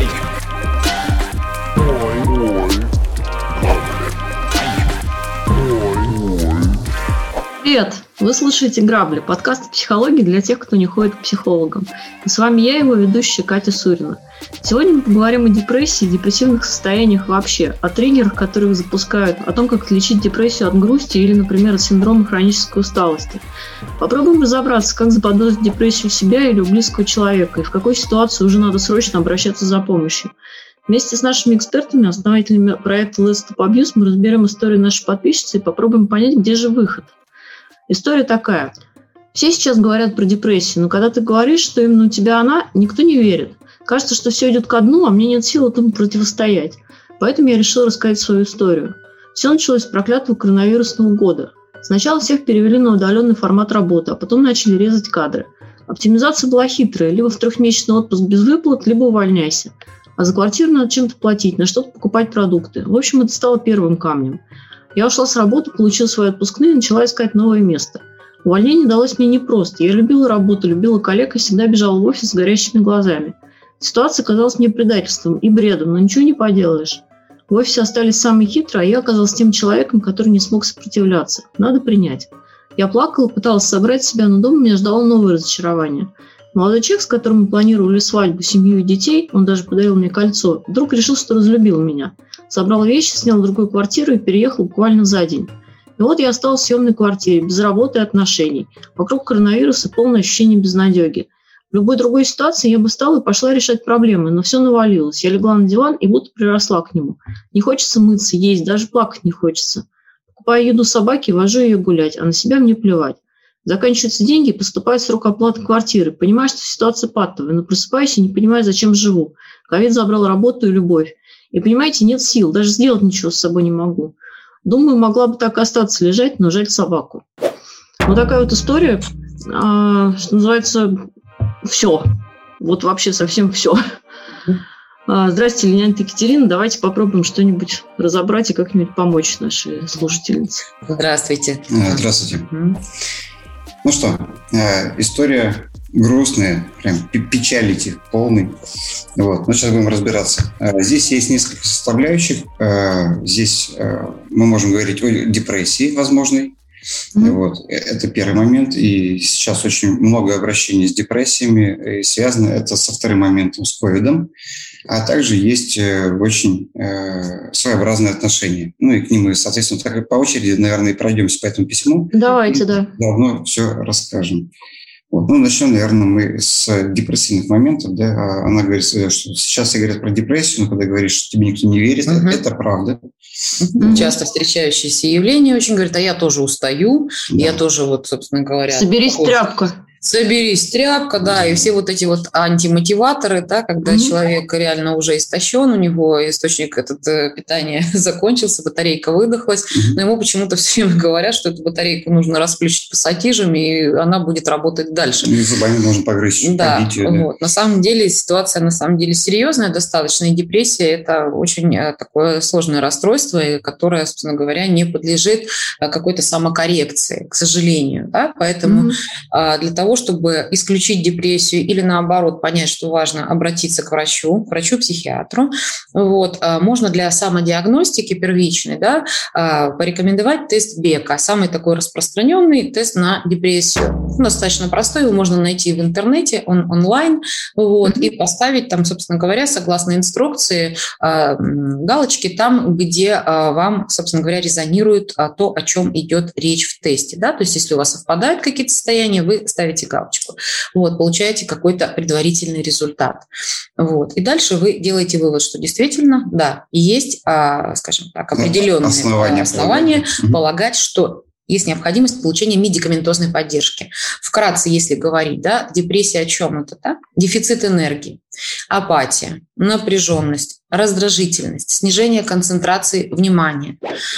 Привет! Вы слушаете «Грабли» – подкаст о психологии для тех, кто не ходит к психологам. И с вами я, его ведущая Катя Сурина. Сегодня мы поговорим о депрессии и депрессивных состояниях вообще, о триггерах, которые их запускают, о том, как отличить депрессию от грусти или, например, от синдрома хронической усталости. Попробуем разобраться, как заподозрить депрессию в себя или у близкого человека, и в какой ситуации уже надо срочно обращаться за помощью. Вместе с нашими экспертами, основателями проекта Let's Stop Abuse, мы разберем историю нашей подписчицы и попробуем понять, где же выход. История такая. Все сейчас говорят про депрессию, но когда ты говоришь, что именно у тебя она, никто не верит. Кажется, что все идет ко дну, а мне нет сил этому противостоять. Поэтому я решила рассказать свою историю. Все началось с проклятого коронавирусного года. Сначала всех перевели на удаленный формат работы, а потом начали резать кадры. Оптимизация была хитрая. Либо в 3-месячный отпуск без выплат, либо увольняйся. А за квартиру надо чем-то платить, на что-то покупать продукты. В общем, это стало первым камнем. Я ушла с работы, получила свои отпускные и начала искать новое место. Увольнение далось мне непросто. Я любила работу, любила коллег и всегда бежала в офис с горящими глазами. Ситуация казалась мне предательством и бредом, но ничего не поделаешь. В офисе остались самые хитрые, а я оказалась тем человеком, который не смог сопротивляться. Надо принять. Я плакала, пыталась собрать себя, но дома меня ждало новое разочарование. Молодой человек, с которым мы планировали свадьбу, семью и детей, он даже подарил мне кольцо, вдруг решил, что разлюбил меня. Собрал вещи, снял другую квартиру и переехал буквально за день. И вот я осталась в съемной квартире, без работы и отношений. Вокруг коронавируса полное ощущение безнадеги. В любой другой ситуации я бы встала и пошла решать проблемы, но все навалилось. Я легла на диван и будто приросла к нему. Не хочется мыться, есть, даже плакать не хочется. Покупаю еду собаке, вожу ее гулять, а на себя мне плевать. Заканчиваются деньги, поступает срок оплаты квартиры. Понимаю, что ситуация патовая, но просыпаюсь и не понимаю, зачем живу. Ковид забрал работу и любовь. И, понимаете, нет сил, даже сделать ничего с собой не могу. Думаю, могла бы так остаться лежать, но жаль собаку. Вот такая вот история, что называется, все. Вот вообще совсем все. Здрасте, Леонид, Екатерина. Давайте попробуем что-нибудь разобрать и как-нибудь помочь нашей слушательнице. Здравствуйте. Здравствуйте. Ну что, история грустная, прям печалити полный. Вот. Но сейчас будем разбираться. Здесь есть несколько составляющих. Здесь мы можем говорить о депрессии возможной. Вот. Это первый момент. И сейчас очень много обращений с депрессиями. И связано это со вторым моментом, с ковидом. А также есть очень своеобразные отношения. Ну и к ним мы, соответственно, так по очереди, наверное, и пройдемся по этому письму. Давайте, да. Заодно все расскажем. Вот. Ну, начнем, наверное, мы с депрессивных моментов. Да? Она говорит, что сейчас все говорят про депрессию, но когда говоришь, что тебе никто не верит, это правда. Часто встречающиеся явления очень говорят, а я тоже устаю, я тоже, вот, собственно говоря... Соберись, тряпка. Соберись, тряпка, да, и все вот эти вот антимотиваторы, да, когда человек реально уже истощен, у него источник питания закончился, батарейка выдохлась, но ему почему-то все время говорят, что эту батарейку нужно расключить пассатижем, и она будет работать дальше. И зубами можно погрызть. Да, побить ее, вот. На самом деле ситуация серьезная достаточно, и депрессия – это очень такое сложное расстройство, которое, собственно говоря, не подлежит какой-то самокоррекции, к сожалению, да, поэтому для того, чтобы исключить депрессию или, наоборот, понять, что важно обратиться к врачу-психиатру. Вот. Можно для самодиагностики первичной, да, порекомендовать тест Бека, самый такой распространенный тест на депрессию. Достаточно простой, его можно найти в интернете, он онлайн, вот, и поставить там, собственно говоря, согласно инструкции, галочки там, где вам, собственно говоря, резонирует то, о чем идет речь в тесте. Да? То есть, если у вас совпадают какие-то состояния, вы ставите галочку. Вот, получаете какой-то предварительный результат. Вот. И дальше вы делаете вывод, что действительно, да, есть, скажем так, определенные основания полагать, что есть необходимость получения медикаментозной поддержки. Вкратце, если говорить, да, депрессия о чем это? Да? Дефицит энергии, апатия, напряженность, раздражительность, снижение концентрации внимания.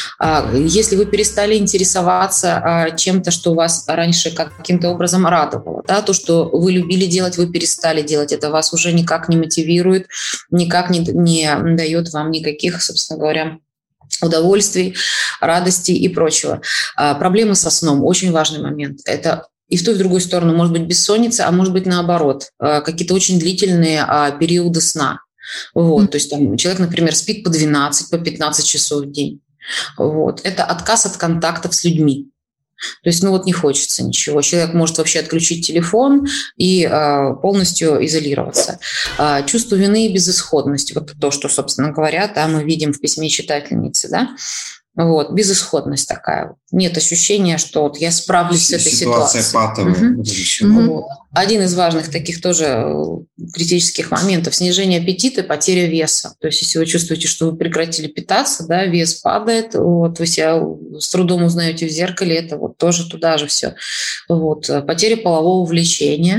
Если вы перестали интересоваться чем-то, что вас раньше каким-то образом радовало, да, то, что вы любили делать, вы перестали делать, это вас уже никак не мотивирует, никак не дает вам никаких, собственно говоря, удовольствий, радости и прочего. Проблемы со сном – очень важный момент. Это и в ту, и в другую сторону может быть бессонница, а может быть наоборот, какие-то очень длительные периоды сна. Вот, то есть там человек, например, спит по 12, по 15 часов в день. Вот. Это отказ от контактов с людьми. То есть, не хочется ничего. Человек может вообще отключить телефон и полностью изолироваться. Чувство вины и безысходности. Вот то, что, собственно говоря, мы видим в письме читательницы, да? Вот, безысходность такая. Нет ощущения, что я справлюсь с этой ситуацией. Ситуация патовая. Вот. Один из важных таких тоже критических моментов – снижение аппетита, потеря веса. То есть, если вы чувствуете, что вы прекратили питаться, да, вес падает, вы себя с трудом узнаете в зеркале, это тоже туда же все. Вот. Потеря полового влечения.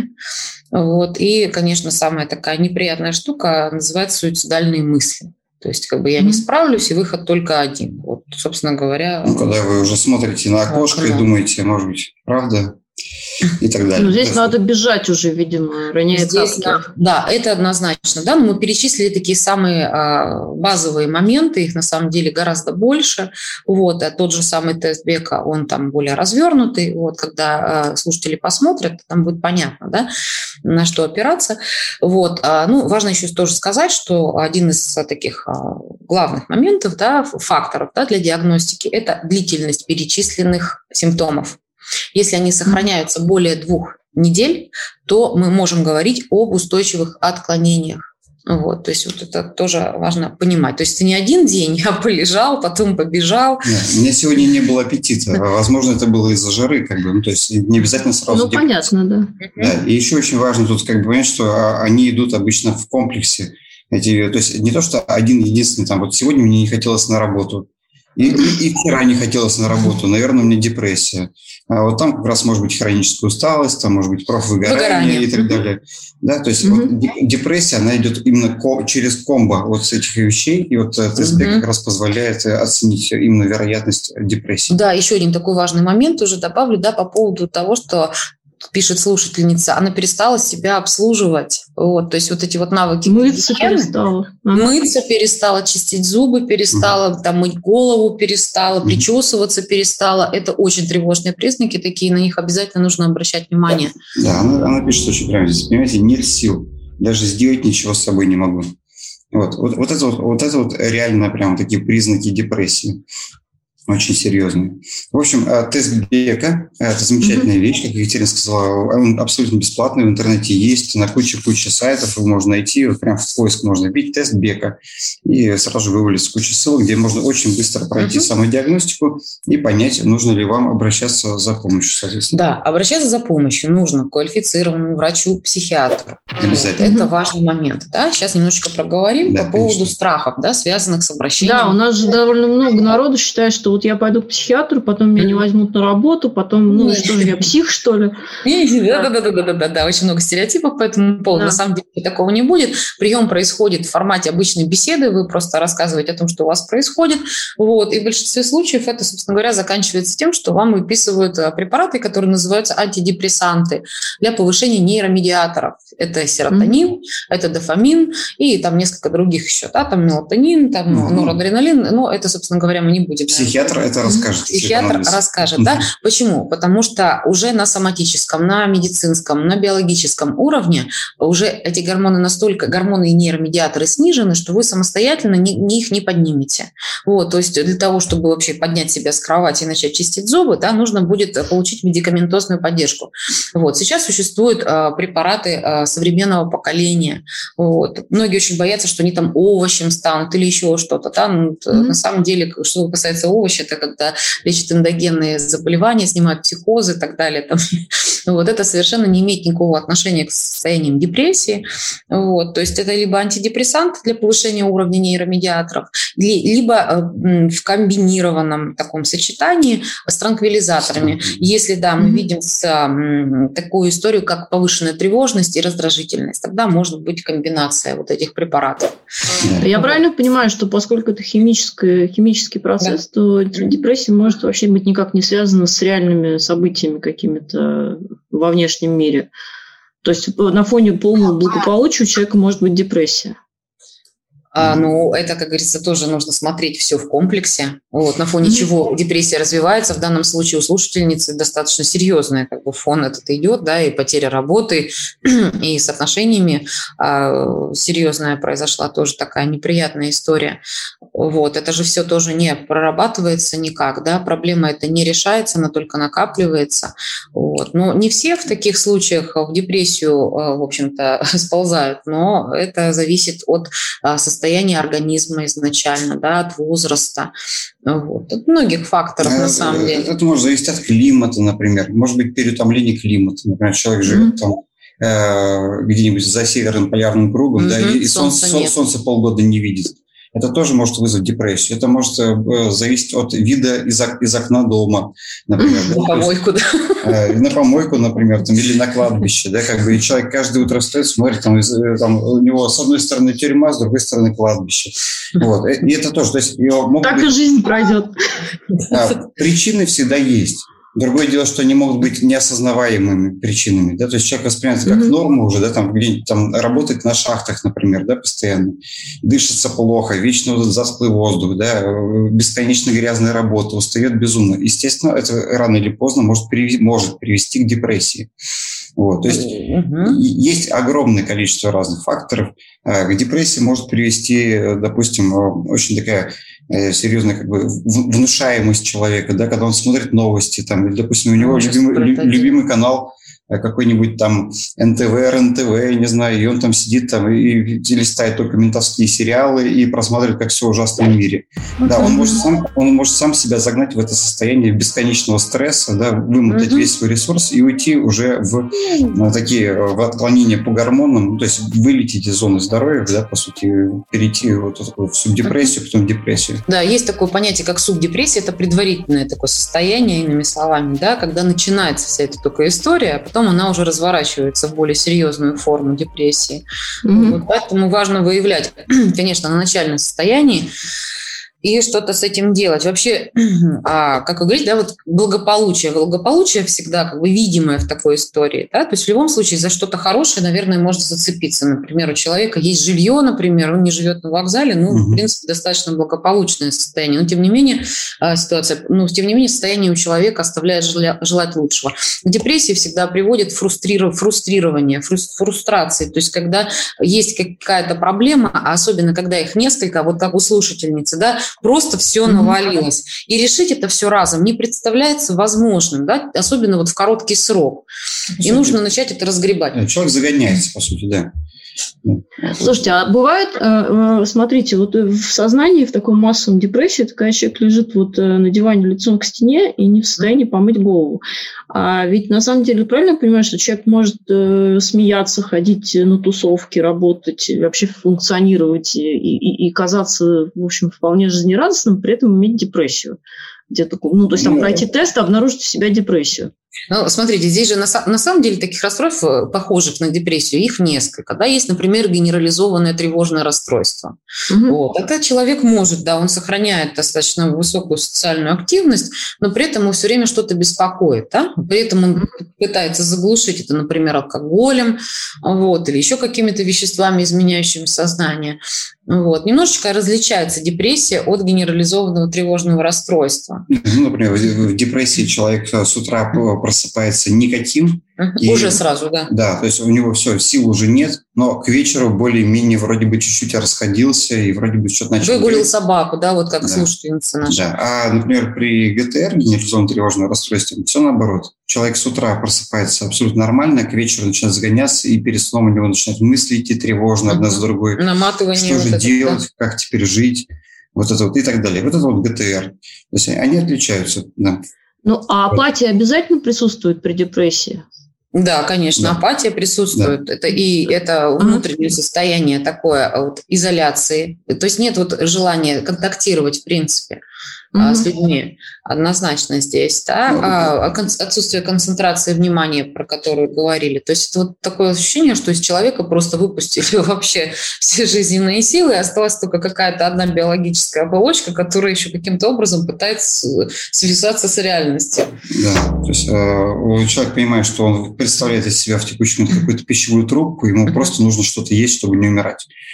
Вот. И, конечно, самая такая неприятная штука называется суицидальные мысли. То есть, я не справлюсь, и выход только один. Вот, собственно говоря... когда вы уже смотрите на окошко и думаете, может быть, правда? И так далее. Здесь надо бежать уже, видимо, ранее этапки. Да, это однозначно. Да, но мы перечислили такие самые базовые моменты, их на самом деле гораздо больше. Вот, а тот же самый тест Бека, он там более развернутый. Вот, когда слушатели посмотрят, там будет понятно, да, на что опираться. Вот, важно еще тоже сказать, что один из таких главных моментов, да, факторов, да, для диагностики – это длительность перечисленных симптомов. Если они сохраняются более 2 недель, то мы можем говорить об устойчивых отклонениях. Вот, то есть это тоже важно понимать. То есть это не один день, я полежал, потом побежал. Нет, у меня сегодня не было аппетита. Возможно, это было из-за жары, то есть не обязательно сразу. Понятно, да. Да. И еще очень важно тут понять, что они идут обычно в комплексе. То есть не то, что один единственный, сегодня мне не хотелось на работу. И вчера не хотелось на работу, наверное, у меня депрессия. А вот там как раз может быть хроническая усталость, там может быть профвыгорание и так далее. Да, то есть депрессия, она идет именно через комбо с этих вещей, и ТСБ как раз позволяет оценить именно вероятность депрессии. Да, еще один такой важный момент уже добавлю, да, по поводу того, что пишет слушательница, она перестала себя обслуживать. Вот, то есть эти навыки. Мыться перестала. Мыться перестала, чистить зубы перестала, мыть голову перестала, причесываться перестала. Это очень тревожные признаки такие, на них обязательно нужно обращать внимание. Да, она пишет очень прямо здесь. Понимаете, нет сил. Даже сделать ничего с собой не могу. Вот это реально прям такие признаки депрессии. Очень серьезные. В общем, тест Бека – это замечательная вещь, как Екатерина сказала, он абсолютно бесплатный, в интернете есть, на куче сайтов его можно найти, прям в поиск можно вбить тест Бека, и сразу же вывалится куча ссылок, где можно очень быстро пройти самодиагностику и понять, нужно ли вам обращаться за помощью, соответственно. Да, обращаться за помощью нужно к квалифицированному врачу-психиатру. Обязательно. Это важный момент. Да? Сейчас немножечко проговорим по поводу страхов, да, связанных с обращением. Да, у нас же довольно много народу считает, что я пойду к психиатру, потом меня не возьмут на работу, потом, что же, я псих, что ли? Да, очень много стереотипов по этому поводу. На самом деле такого не будет. Прием происходит в формате обычной беседы, вы просто рассказываете о том, что у вас происходит. Вот. И в большинстве случаев это, собственно говоря, заканчивается тем, что вам выписывают препараты, которые называются антидепрессанты для повышения нейромедиаторов. Это серотонин, это дофамин и там несколько других еще. Да? Там мелатонин, там норадреналин. Но это, собственно говоря, мы не будем. Психиатр это расскажет. Психиатр расскажет, да? Почему? Потому что уже на соматическом, на медицинском, на биологическом уровне уже эти гормоны гормоны и нейромедиаторы снижены, что вы самостоятельно их не поднимете. Вот, то есть для того, чтобы вообще поднять себя с кровати и начать чистить зубы, да, нужно будет получить медикаментозную поддержку. Вот, сейчас существуют препараты современного поколения. Вот. Многие очень боятся, что они там овощем станут или еще что-то. Да? На самом деле, что касается овощей, это когда лечат эндогенные заболевания, снимают психозы и так далее. Вот это совершенно не имеет никакого отношения к состояниям депрессии. Вот. То есть это либо антидепрессанты для повышения уровня нейромедиаторов, либо в комбинированном таком сочетании с транквилизаторами. Если, да, мы видим такую историю, как повышенная тревожность и раздражительность, тогда может быть комбинация вот этих препаратов. Я правильно понимаю, что поскольку это химический процесс, то депрессия может вообще быть никак не связана с реальными событиями какими-то во внешнем мире. То есть на фоне полного благополучия у человека может быть депрессия. Ну, это, как говорится, тоже нужно смотреть все в комплексе. Вот, на фоне чего депрессия развивается. В данном случае у слушательницы достаточно серьезный как бы фон этот идет, да, и потеря работы, и с отношениями серьезная произошла тоже такая неприятная история. Вот, это же все тоже не прорабатывается никак, да, проблема эта не решается, она только накапливается. Вот. Но не все в таких случаях в депрессию, в общем-то, сползают, но это зависит от состояния организма изначально, да, от возраста, вот, от многих факторов на самом деле. Это может зависеть от климата, например. Может быть, переутомление климата. Например, человек живет там где-нибудь за северным полярным кругом, да, и солнце полгода не видит. Это тоже может вызвать депрессию. Это может зависеть от вида из окна дома, например. На помойку, да. На помойку, например, там, или на кладбище. Да, как бы, и человек каждое утро встает, смотрит, там, у него с одной стороны тюрьма, с другой стороны кладбище. Вот. И это тоже. То есть, так и жизнь пройдет. Причины всегда есть. Другое дело, что они могут быть неосознаваемыми причинами. Да? То есть человек воспринимается как норму уже, да, там, где-нибудь там работает на шахтах, например, да, постоянно, дышится плохо, вечно вот засклый воздух, да, бесконечно грязная работа, устает безумно. Естественно, это рано или поздно может привести к депрессии. Вот, то есть есть огромное количество разных факторов. К депрессии может привести, допустим, очень такая серьезная как бы внушаемость человека, да, когда он смотрит новости, там, или, допустим, у него любимый канал какой-нибудь там НТВ, РНТВ, не знаю, и он там сидит там и листает только ментовские сериалы и просматривает, как все ужасно в мире. Да, он может сам себя загнать в это состояние бесконечного стресса, да, вымотать весь свой ресурс и уйти уже в отклонения по гормонам, то есть вылететь из зоны здоровья, да, по сути, перейти вот в субдепрессию, потом в депрессию. Да, есть такое понятие, как субдепрессия, это предварительное такое состояние, иными словами, да, когда начинается вся эта только история, а потом она уже разворачивается в более серьезную форму депрессии. Вот, поэтому важно выявлять, конечно, на начальном состоянии и что-то с этим делать. Вообще, как вы говорите, да, вот благополучие всегда как бы видимое в такой истории. Да? То есть в любом случае за что-то хорошее, наверное, можно зацепиться. Например, у человека есть жилье, например, он не живет на вокзале, в принципе, достаточно благополучное состояние. Но, тем не менее, состояние у человека оставляет желать лучшего. К депрессии всегда приводит фрустрирование, фрустрации. То есть когда есть какая-то проблема, а особенно когда их несколько, вот как у слушательницы, да, просто все навалилось. И решить это все разом не представляется возможным, да? Особенно вот в короткий срок. И нужно начать это разгребать. Человек загоняется, по сути, да. Слушайте, а бывает, смотрите, вот в сознании, в таком массовом депрессии, когда человек лежит вот на диване лицом к стене и не в состоянии помыть голову. А ведь на самом деле правильно я понимаю, что человек может смеяться, ходить на тусовки, работать, вообще функционировать и казаться, в общем, вполне жизнерадостным, при этом иметь депрессию. Где-то, то есть там пройти тест и обнаружить у себя депрессию. Ну, смотрите, здесь же на самом деле таких расстройств, похожих на депрессию, их несколько. Да, есть, например, генерализованное тревожное расстройство. Вот. Тогда человек может, да, он сохраняет достаточно высокую социальную активность, но при этом его все время что-то беспокоит. Да? При этом он пытается заглушить это, например, алкоголем, вот, или еще какими-то веществами, изменяющими сознание. Вот. Немножечко различается депрессия от генерализованного тревожного расстройства. Например, в депрессии человек с утра просыпается никаким. Уже сразу, да. Да, то есть у него все, сил уже нет, но к вечеру более-менее вроде бы чуть-чуть расходился и вроде бы что-то начал... Выгулил собаку, да, вот как слушательница наша. Да, а, например, при ГТР, генерализованном тревожном расстройстве, все наоборот. Человек с утра просыпается абсолютно нормально, к вечеру начинает загоняться, и перед сном у него начинают мысли идти тревожно одна с другой. Наматывание. Что же делать, как теперь жить, вот это вот и так далее. Вот это вот ГТР. То есть они отличаются, да. Ну, а апатия обязательно присутствует при депрессии? Да, конечно, апатия присутствует. Да. Это внутреннее состояние такое вот изоляции. То есть нет вот желания контактировать в принципе с людьми. Однозначно здесь, да. Отсутствие концентрации внимания, про которую говорили. То есть это вот такое ощущение, что из человека просто выпустили вообще все жизненные силы, и осталась только какая-то одна биологическая оболочка, которая еще каким-то образом пытается связаться с реальностью. Да, то есть человек понимает, что он представляет из себя в текущий момент какую-то пищевую трубку, ему просто нужно что-то есть, чтобы не умирать.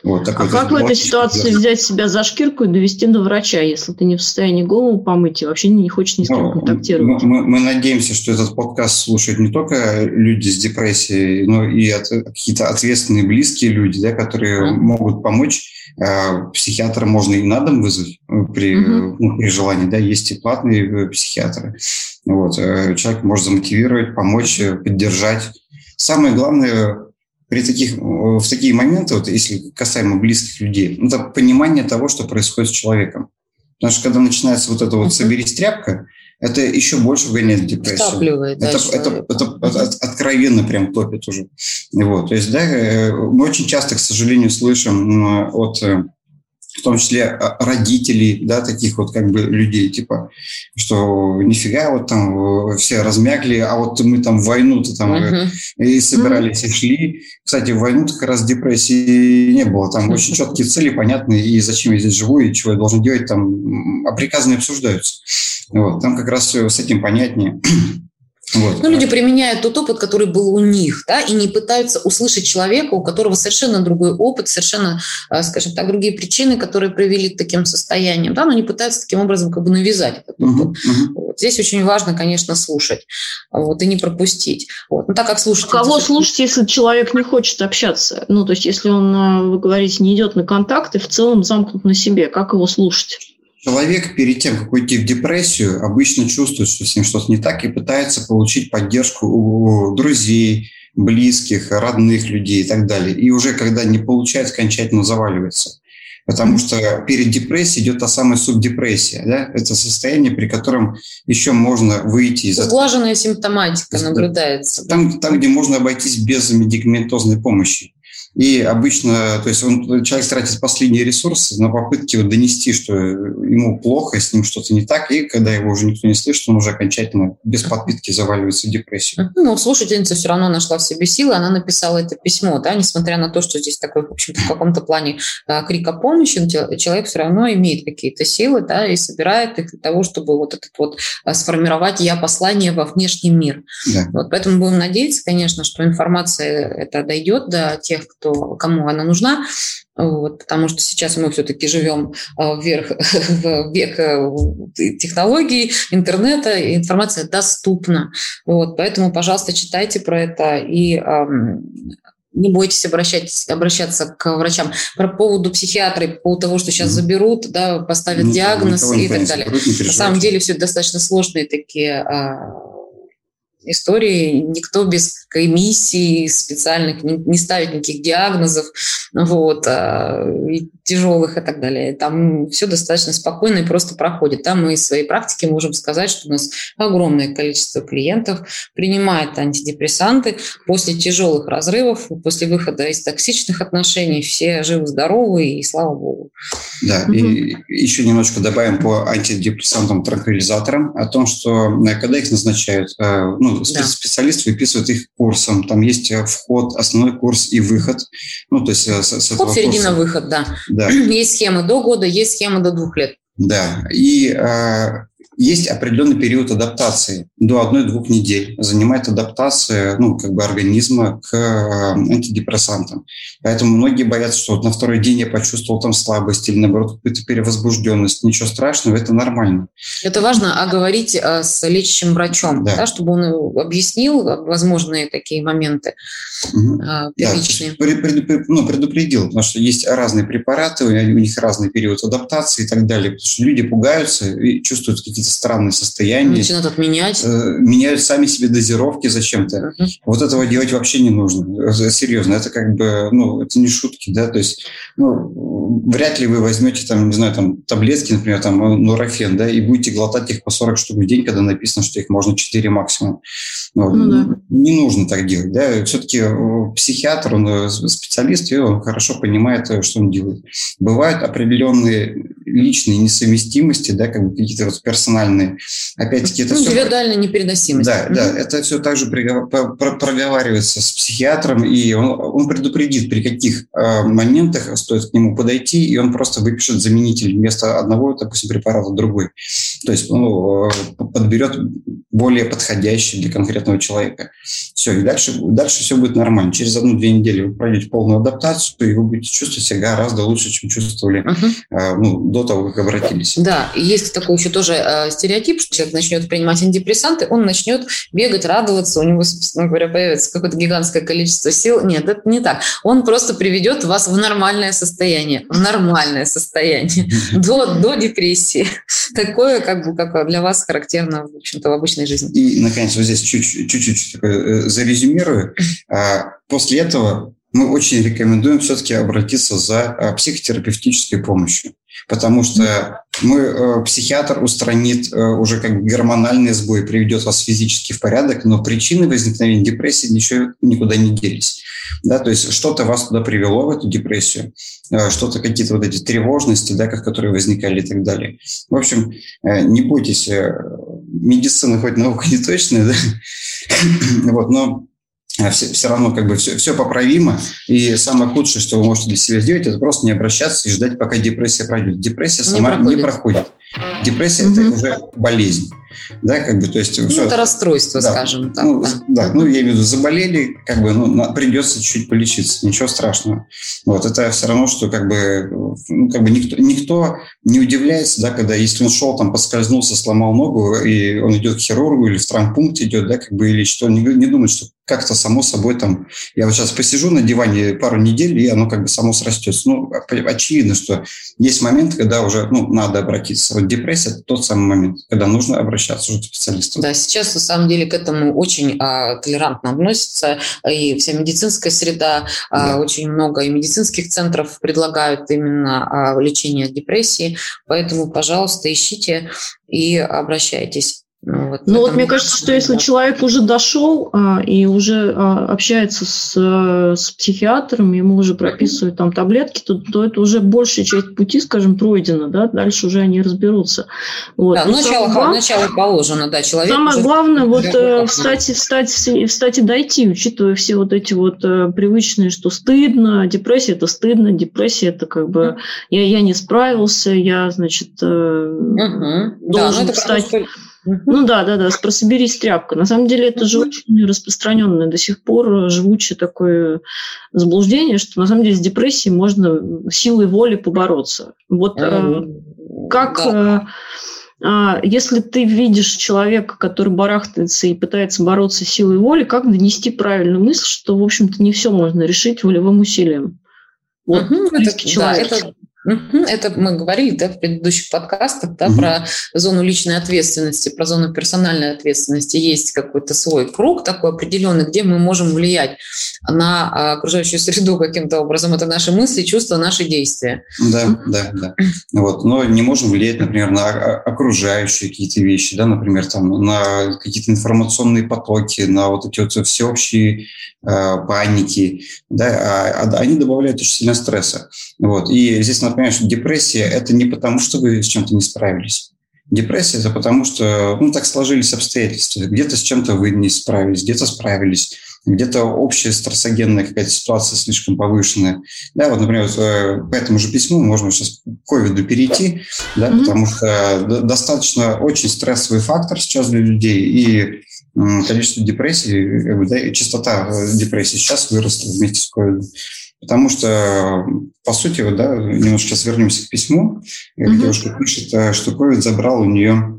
Вот, а как в этой ситуации взять себя за шкирку и довести до врача, если ты не в состоянии голову помыть и вообще не хочешь ни с кем контактировать? Мы надеемся, что этот подкаст слушают не только люди с депрессией, но и какие-то ответственные, близкие люди, да, которые могут помочь. Психиатра можно и на дом вызвать при желании, да, есть и платные психиатры. Вот. Человек может замотивировать, помочь, поддержать. Самое главное в такие моменты, вот, если касаемо близких людей, это понимание того, что происходит с человеком. Потому что когда начинается вот эта вот «соберись, тряпка», это еще больше вгоняет в депрессию. Скапливает, да, это откровенно прям топит уже. Вот. То есть, да, мы очень часто, к сожалению, слышим от, в том числе, родителей, да, таких вот как бы людей, типа, что нифига, вот там все размякли, а вот мы там в войну-то там и собирались, и шли. Кстати, в войну как раз депрессии не было. Там очень четкие цели, понятные, и зачем я здесь живу, и чего я должен делать, там, а приказы не обсуждаются. Вот, там как раз все с этим понятнее. Вот. Ну, люди применяют тот опыт, который был у них, да, и не пытаются услышать человека, у которого совершенно другой опыт, совершенно, скажем так, другие причины, которые привели к таким состояниям, да, но не пытаются таким образом как бы навязать этот опыт. Вот. Здесь очень важно, конечно, слушать, вот, и не пропустить. Вот. Но так как слушать... Кого слушать, если человек не хочет общаться? Ну, то есть, если он, вы говорите, не идет на контакт и в целом замкнут на себе, как его слушать? Человек перед тем, как уйти в депрессию, обычно чувствует, что с ним что-то не так, и пытается получить поддержку у друзей, близких, родных людей и так далее. И уже когда не получается, окончательно заваливается. Потому что перед депрессией идет та самая субдепрессия. Да? Это состояние, при котором еще можно выйти из... Сглаженная симптоматика наблюдается. Там, где можно обойтись без медикаментозной помощи. И обычно, то есть человек тратит последние ресурсы на попытки донести, что ему плохо, с ним что-то не так, и когда его уже никто не слышит, он уже окончательно без подпитки заваливается в депрессию. Ну, слушательница все равно нашла в себе силы, она написала это письмо, да, несмотря на то, что здесь такой, в общем-то, в каком-то плане крик о помощи, человек все равно имеет какие-то силы, да, и собирает их для того, чтобы вот этот вот сформировать послание во внешний мир. Да. Вот, поэтому будем надеяться, конечно, что информация эта дойдет до тех, кому она нужна, вот, потому что сейчас мы все-таки живем в век технологий, интернета, и информация доступна. Вот, поэтому, пожалуйста, читайте про это и не бойтесь обращаться к врачам. По поводу психиатра, по поводу того, что сейчас заберут, да, поставят диагноз и так далее. На самом деле все достаточно сложные такие истории. Никто без комиссий специальных не ставит никаких диагнозов, вот, и тяжелых и так далее. Там все достаточно спокойно и просто проходит. Там мы из своей практики можем сказать, что у нас огромное количество клиентов принимает антидепрессанты после тяжелых разрывов, после выхода из токсичных отношений. Все живы-здоровы и слава богу. Да, и еще немножко добавим по антидепрессантам, транквилизаторам о том, что когда их назначают, специалист выписывает их курсом. Там есть вход, основной курс и выход. Ну, то есть вход, середина, выход, да. Есть схемы до года, есть схемы до 2 лет. Да, и есть определенный период адаптации. До 1-2 недель занимает адаптация организма к антидепрессантам. Поэтому многие боятся, что на 2-й день я почувствовал там слабость или, наоборот, какую-то перевозбужденность. Ничего страшного, это нормально. Это важно говорить с лечащим врачом, да, чтобы он объяснил возможные такие моменты первичные. Да, предупредил, потому что есть разные препараты, у них разный период адаптации и так далее. Потому что люди пугаются и чувствуют какие-то странные состояния. Начинают отменять. Меняют сами себе дозировки зачем-то. Вот этого делать вообще не нужно. Серьезно, это это не шутки, да, то есть, вряд ли вы возьмете таблетки, например, нурофен, да, и будете глотать их по 40 штук в день, когда написано, что их можно 4 максимум. Не нужно так делать, да, все-таки психиатр, он специалист, и он хорошо понимает, что он делает. Бывают определенные личные несовместимости, да, какие-то персональные. Опять-таки, это все... Индивидуальная непереносимость. Да, это все также проговаривается с психиатром, и он предупредит, при каких моментах стоит к нему подойти, и он просто выпишет заменитель вместо одного, допустим, препарата другой. То есть подберет более подходящий для конкретного конкретного человека. Все, и дальше все будет нормально. Через 1-2 недели вы пройдете полную адаптацию, и вы будете чувствовать себя гораздо лучше, чем чувствовали до того, как обратились. Да, и есть такой еще тоже стереотип, что человек начнет принимать антидепрессанты, он начнет бегать, радоваться, у него, собственно говоря, появится какое-то гигантское количество сил. Нет, это не так. Он просто приведет вас в нормальное состояние, до депрессии. Такое, как для вас характерно, в общем-то, в обычной жизни. И, наконец, вот здесь чуть-чуть зарезюмирую. После этого мы очень рекомендуем все-таки обратиться за психотерапевтической помощью, потому что психиатр устранит уже как бы гормональный сбой, приведет вас физически в порядок, но причины возникновения депрессии ничего никуда не делись. Да, то есть что-то вас туда привело, в эту депрессию, что-то, какие-то вот эти тревожности, да, которые возникали и так далее. В общем, не бойтесь, медицина хоть наука не точная, да? Вот, но все равно как бы все поправимо, и самое худшее, что вы можете для себя сделать, это просто не обращаться и ждать, пока депрессия пройдет. Депрессия сама не проходит. Депрессия – это уже болезнь. Да, как бы, то есть, это расстройство, да, скажем так. Я имею в виду, заболели, придется чуть-чуть полечиться, ничего страшного. Вот, это все равно, что никто не удивляется, да, когда если он шел, поскользнулся, сломал ногу, и он идет к хирургу или в травмпункт идет, да, или что, не думает, что как-то само собой я вот сейчас посижу на диване пару недель, и оно само срастется. Очевидно, что есть моменты, когда уже надо обратиться. Вот депрессия – это тот самый момент, когда нужно обращаться уже к специалисту. Да, сейчас на самом деле к этому очень толерантно относится и вся медицинская среда. Да. Очень много и медицинских центров предлагают именно лечение от депрессии. Поэтому, пожалуйста, ищите и обращайтесь. Мне кажется, что если человек уже дошел и уже общается с психиатром, ему уже прописывают таблетки, то это уже большая часть пути, скажем, пройдена, да, дальше уже они разберутся. Вот. Да, начало положено, да, человек. Самое главное, встать и дойти, учитывая все вот эти привычные, что стыдно, депрессия – это стыдно, депрессия – это я не справился, я, должен встать. Про «соберись, тряпка». На самом деле это же очень распространенное до сих пор живучее такое заблуждение, что на самом деле с депрессией можно силой воли побороться. Если ты видишь человека, который барахтается и пытается бороться силой воли, как донести правильную мысль, что, в общем-то, не все можно решить волевым усилием? Близкий человек. Это мы говорили, в предыдущих подкастах, про зону личной ответственности, про зону персональной ответственности. Есть какой-то свой круг такой определенный, где мы можем влиять на окружающую среду каким-то образом. Это наши мысли, чувства, наши действия. Да. Но не можем влиять, например, на окружающие какие-то вещи, да, например, на какие-то информационные потоки, на эти всеобщие паники, да, они добавляют очень сильно стресса. И здесь надо понимать, что депрессия – это не потому, что вы с чем-то не справились. Депрессия – это потому, что так сложились обстоятельства. Где-то с чем-то вы не справились, где-то справились, где-то общая стрессогенная какая-то ситуация слишком повышенная. Да, например, по этому же письму мы можем сейчас к ковиду перейти, да, потому что достаточно очень стрессовый фактор сейчас для людей, и количество депрессий, частота депрессии сейчас выросла вместе с ковидом. Потому что, по сути, немножко сейчас вернемся к письму, где девушка пишет, что ковид забрал у нее,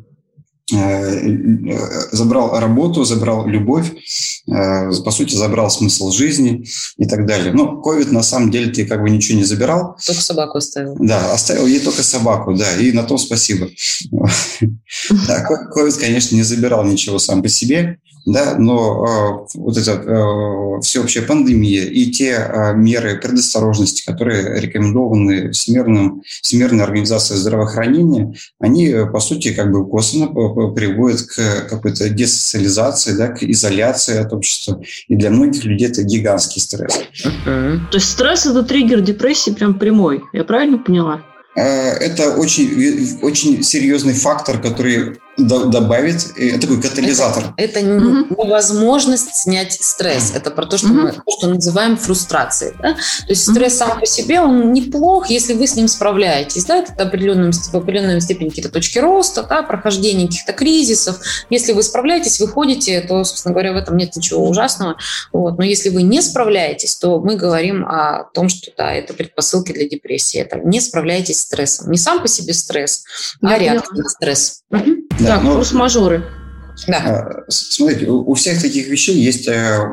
забрал работу, забрал любовь, по сути, забрал смысл жизни и так далее. Но ковид на самом деле ты ничего не забирал. Только собаку оставил. Да, оставил ей только собаку, да, и на том спасибо. Да, ковид, конечно, не забирал ничего сам по себе, да, но эта всеобщая пандемия и те меры предосторожности, которые рекомендованы Всемирной организацией здравоохранения, они, по сути, косвенно приводят к какой-то десоциализации, да, к изоляции от общества. И для многих людей это гигантский стресс. То есть стресс – это триггер депрессии прям прямой. Я правильно поняла? Это очень, очень серьезный фактор, который добавит такой катализатор. Это невозможность снять стресс. Это про то, что мы называем фрустрацией. Да? То есть стресс сам по себе, он неплох, если вы с ним справляетесь. Да? Это в определенной степени какие-то точки роста, да? Прохождение каких-то кризисов. Если вы справляетесь, выходите, то, собственно говоря, в этом нет ничего ужасного. Вот. Но если вы не справляетесь, то мы говорим о том, что да, это предпосылки для депрессии. Это не справляетесь с стрессом. Не сам по себе стресс, а реакция на стресс. Да, форс-мажоры. Да. Смотрите, у всех таких вещей есть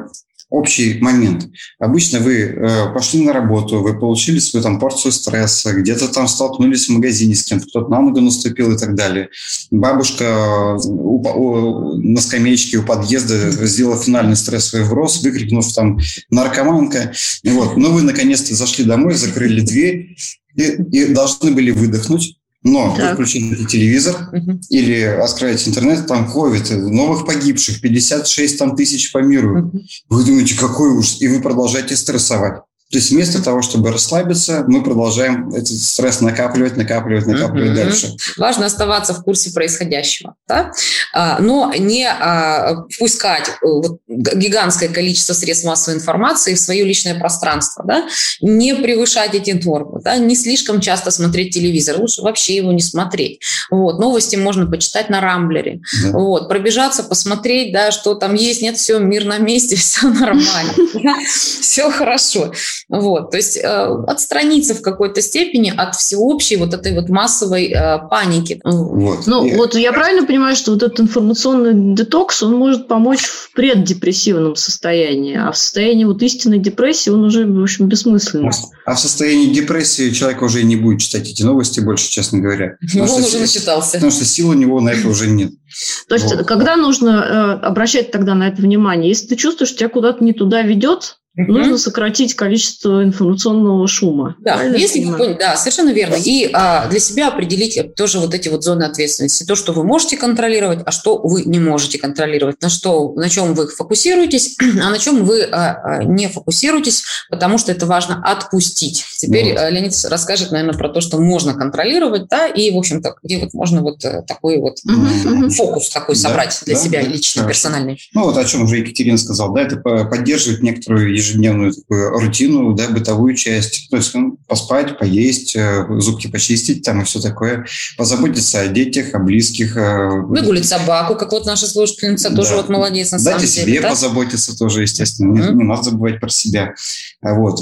общий момент. Обычно вы пошли на работу, вы получили свою там порцию стресса, где-то там столкнулись в магазине с кем-то, кто-то на ногу наступил и так далее. Бабушка на скамеечке у подъезда сделала финальный стрессовый вброс, выкрикнув там «наркоманка». Вот. Но вы наконец-то зашли домой, закрыли дверь и должны были выдохнуть. Но вы включите телевизор или откроете интернет, там ковид, новых погибших, 56 тысяч по миру. Вы думаете, какой ужас, и вы продолжаете стрессовать. То есть вместо того, чтобы расслабиться, мы продолжаем этот стресс накапливать дальше. Важно оставаться в курсе происходящего, да? Но не впускать гигантское количество средств массовой информации в свое личное пространство, да? Не превышать эти нормы, да? Не слишком часто смотреть телевизор, лучше вообще его не смотреть. Вот. Новости можно почитать на Рамблере, вот. Пробежаться, посмотреть, да, что там есть, нет, все, мир на месте, все нормально, все хорошо. Вот, то есть отстраниться в какой-то степени от всеобщей вот этой вот массовой паники. Вот я правильно понимаю, что вот этот информационный детокс, он может помочь в преддепрессивном состоянии, а в состоянии вот истинной депрессии он уже, в общем, бессмысленный. А в состоянии депрессии человек уже не будет читать эти новости больше, честно говоря. Он уже начитался. Потому что сил у него на это уже нет. То есть когда нужно обращать тогда на это внимание? Если ты чувствуешь, что тебя куда-то не туда ведет, нужно сократить количество информационного шума. Да, да, совершенно верно. И для себя определить тоже вот эти вот зоны ответственности. То, что вы можете контролировать, а что вы не можете контролировать. На чем вы фокусируетесь, а на чем вы не фокусируетесь, потому что это важно отпустить. Теперь Леонид расскажет, наверное, про то, что можно контролировать, да, и, в общем-то, где вот можно вот такой вот фокус такой собрать для себя лично, персональный. Ну, вот о чем уже Екатерина сказала, да, это поддерживает некоторую ежедневную такую рутину, да, бытовую часть. То есть поспать, поесть, зубки почистить там и все такое. Позаботиться о детях, о близких. Выгулить собаку, как вот наша слушательница, тоже вот молодец на самом деле. Дать о себе позаботиться тоже, естественно. Не надо забывать про себя. Вот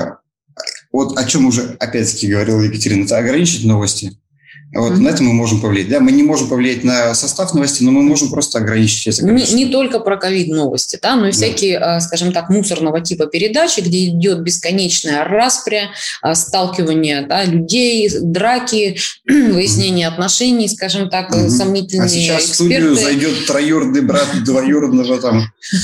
о чем уже опять-таки говорила Екатерина, это ограничить новости. Вот на это мы можем повлиять. Да, мы не можем повлиять на состав новостей, но мы можем просто ограничить это количество. Не только про ковид-новости, да, но и всякие, скажем так, мусорного типа передачи, где идет бесконечная распря, сталкивание, да, людей, драки, выяснение отношений, скажем так, сомнительные эксперты. А сейчас в студию зайдет троюродный брат двоюродного там.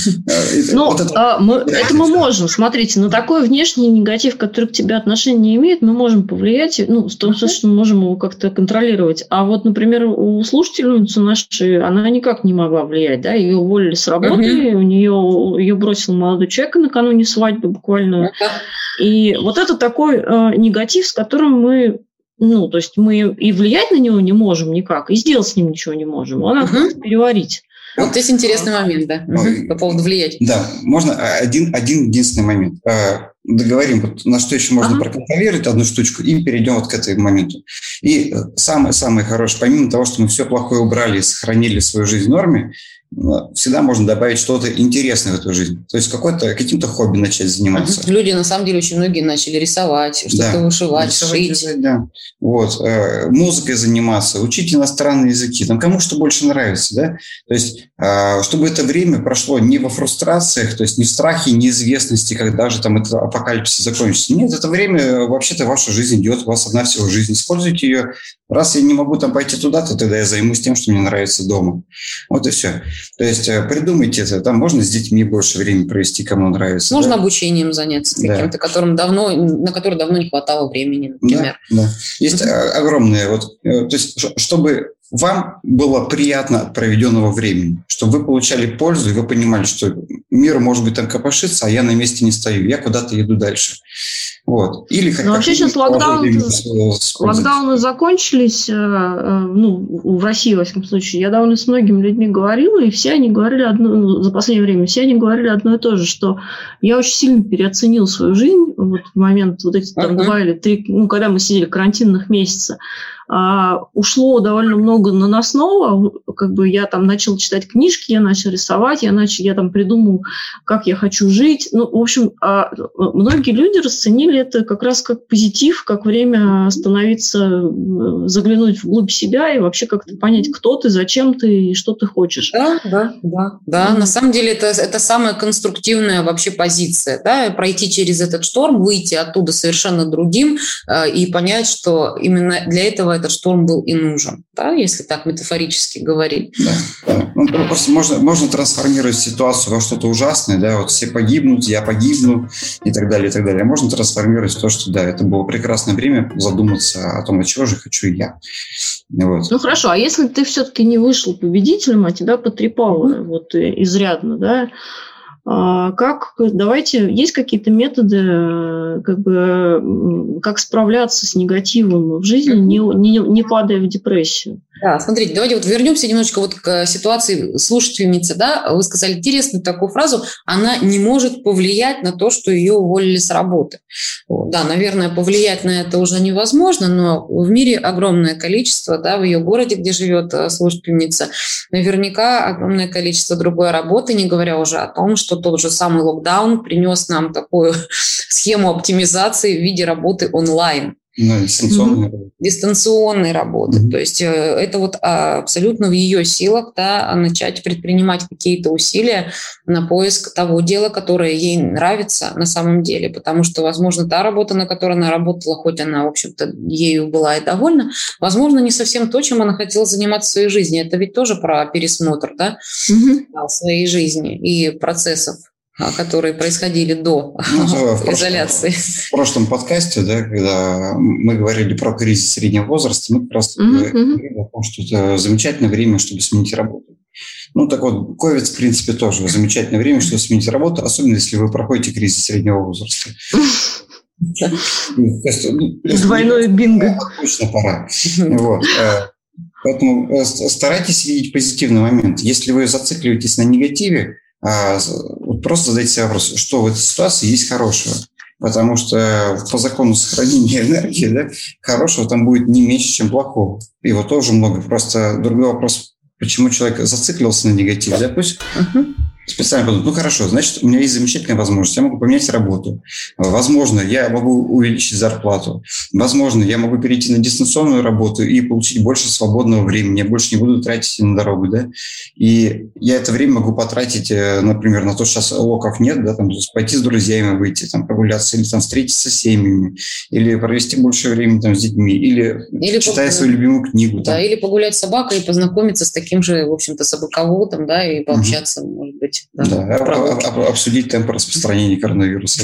Это мы можем. Смотрите, на такой внешний негатив, который к тебе отношения не имеет, мы можем повлиять, в том смысле, что мы можем его как-то контролировать. А вот, например, у слушательницы нашей она никак не могла влиять, да, ее уволили с работы, ее бросил молодой человек накануне свадьбы буквально. И вот это такой негатив, с которым мы, то есть мы и влиять на него не можем никак, и сделать с ним ничего не можем. Его надо просто переварить. Вот здесь интересный момент, да, по поводу влиять. Да, можно один единственный момент. Договорим, на что еще можно проконтролировать одну штучку, и перейдем вот к этому моменту. И самое хорошее, помимо того, что мы все плохое убрали и сохранили свою жизнь в норме, всегда можно добавить что-то интересное в эту жизнь. То есть каким-то хобби начать заниматься. Люди, на самом деле, очень многие начали рисовать, что-то вышивать, шить. Да. Вот. Музыкой заниматься, учить иностранные языки. Там кому что больше нравится. Да? То есть, чтобы это время прошло не во фрустрациях, то есть не в страхе, неизвестности, когда же там это апокалипсис закончится. Нет, это время, вообще-то ваша жизнь идет, у вас одна всего жизнь. Используйте ее. Раз я не могу там пойти туда-то, тогда я займусь тем, что мне нравится дома. Вот и все. То есть придумайте это. Там можно с детьми больше времени провести, кому нравится. Можно обучением заняться каким-то, на которое давно не хватало времени, например. Да. Есть огромные... то есть, чтобы вам было приятно от проведенного времени, чтобы вы получали пользу, и вы понимали, что мир, может быть, там копошится, а я на месте не стою, я куда-то иду дальше. Вот. Или вообще сейчас локдауны закончились, в России, во всяком случае. Я довольно с многими людьми говорила, и все они говорили за последнее время, все они говорили одно и то же, что я очень сильно переоценил свою жизнь в момент эти 2 или 3, когда мы сидели карантинных месяца. Ушло довольно много наносного, я там начал читать книжки, я начал рисовать, я там придумал, как я хочу жить. В общем, многие люди расценили это как раз как позитив, как время остановиться, заглянуть вглубь себя и вообще как-то понять, кто ты, зачем ты и что ты хочешь. Да. На самом деле это самая конструктивная вообще позиция, да, пройти через этот шторм, выйти оттуда совершенно другим и понять, что именно для этого этот шторм был и нужен, да, если так метафорически говорить. Да. Просто можно трансформировать ситуацию во что-то ужасное, да, все погибнут, я погибну и так далее, и так далее. Можно трансформировать в то, что, да, это было прекрасное время задуматься о том, чего же хочу я. Вот. Хорошо, а если ты все-таки не вышел победителем, а тебя потрепало изрядно, да, есть какие-то методы, как справляться с негативом в жизни, не падая в депрессию? Да, смотрите, давайте вернемся немножечко к ситуации слушательницы, да, вы сказали интересную такую фразу, она не может повлиять на то, что ее уволили с работы. Да, наверное, повлиять на это уже невозможно, но в мире огромное количество, да, в ее городе, где живет слушательница, наверняка огромное количество другой работы, не говоря уже о том, что тот же самый локдаун принес нам такую схему оптимизации в виде работы онлайн. Дистанционной работы. То есть это абсолютно в ее силах, да, начать предпринимать какие-то усилия на поиск того дела, которое ей нравится на самом деле. Потому что, возможно, та работа, на которой она работала, хоть она, в общем-то, ею была и довольна, возможно, не совсем то, чем она хотела заниматься в своей жизни. Это ведь тоже про пересмотр, да, своей жизни и процессов, которые происходили до изоляции. В прошлом подкасте, да, когда мы говорили про кризис среднего возраста, мы как раз говорили о том, что это замечательное время, чтобы сменить работу. COVID, в принципе, тоже замечательное время, чтобы сменить работу, особенно если вы проходите кризис среднего возраста. Двойное бинго. Точно пора. Поэтому старайтесь видеть позитивный момент. Если вы зацикливаетесь на негативе, просто задайте себе вопрос, что в этой ситуации есть хорошего. Потому что по закону сохранения энергии, да, хорошего там будет не меньше, чем плохого. Его тоже много. Просто другой вопрос, почему человек зациклился на негативе. Да, пусть специально подумать, хорошо, значит, у меня есть замечательная возможность, я могу поменять работу, возможно, я могу увеличить зарплату, возможно, я могу перейти на дистанционную работу и получить больше свободного времени, я больше не буду тратить на дорогу, да, и я это время могу потратить, например, на то, что сейчас локов нет, да, там, пойти с друзьями выйти, там, прогуляться, или там встретиться с семьями, или провести больше времени там с детьми, или читать свою любимую книгу. Да, или погулять с собакой и познакомиться с таким же, в общем-то, собаководом, да, и пообщаться, может быть. Обсудить темп распространения коронавируса.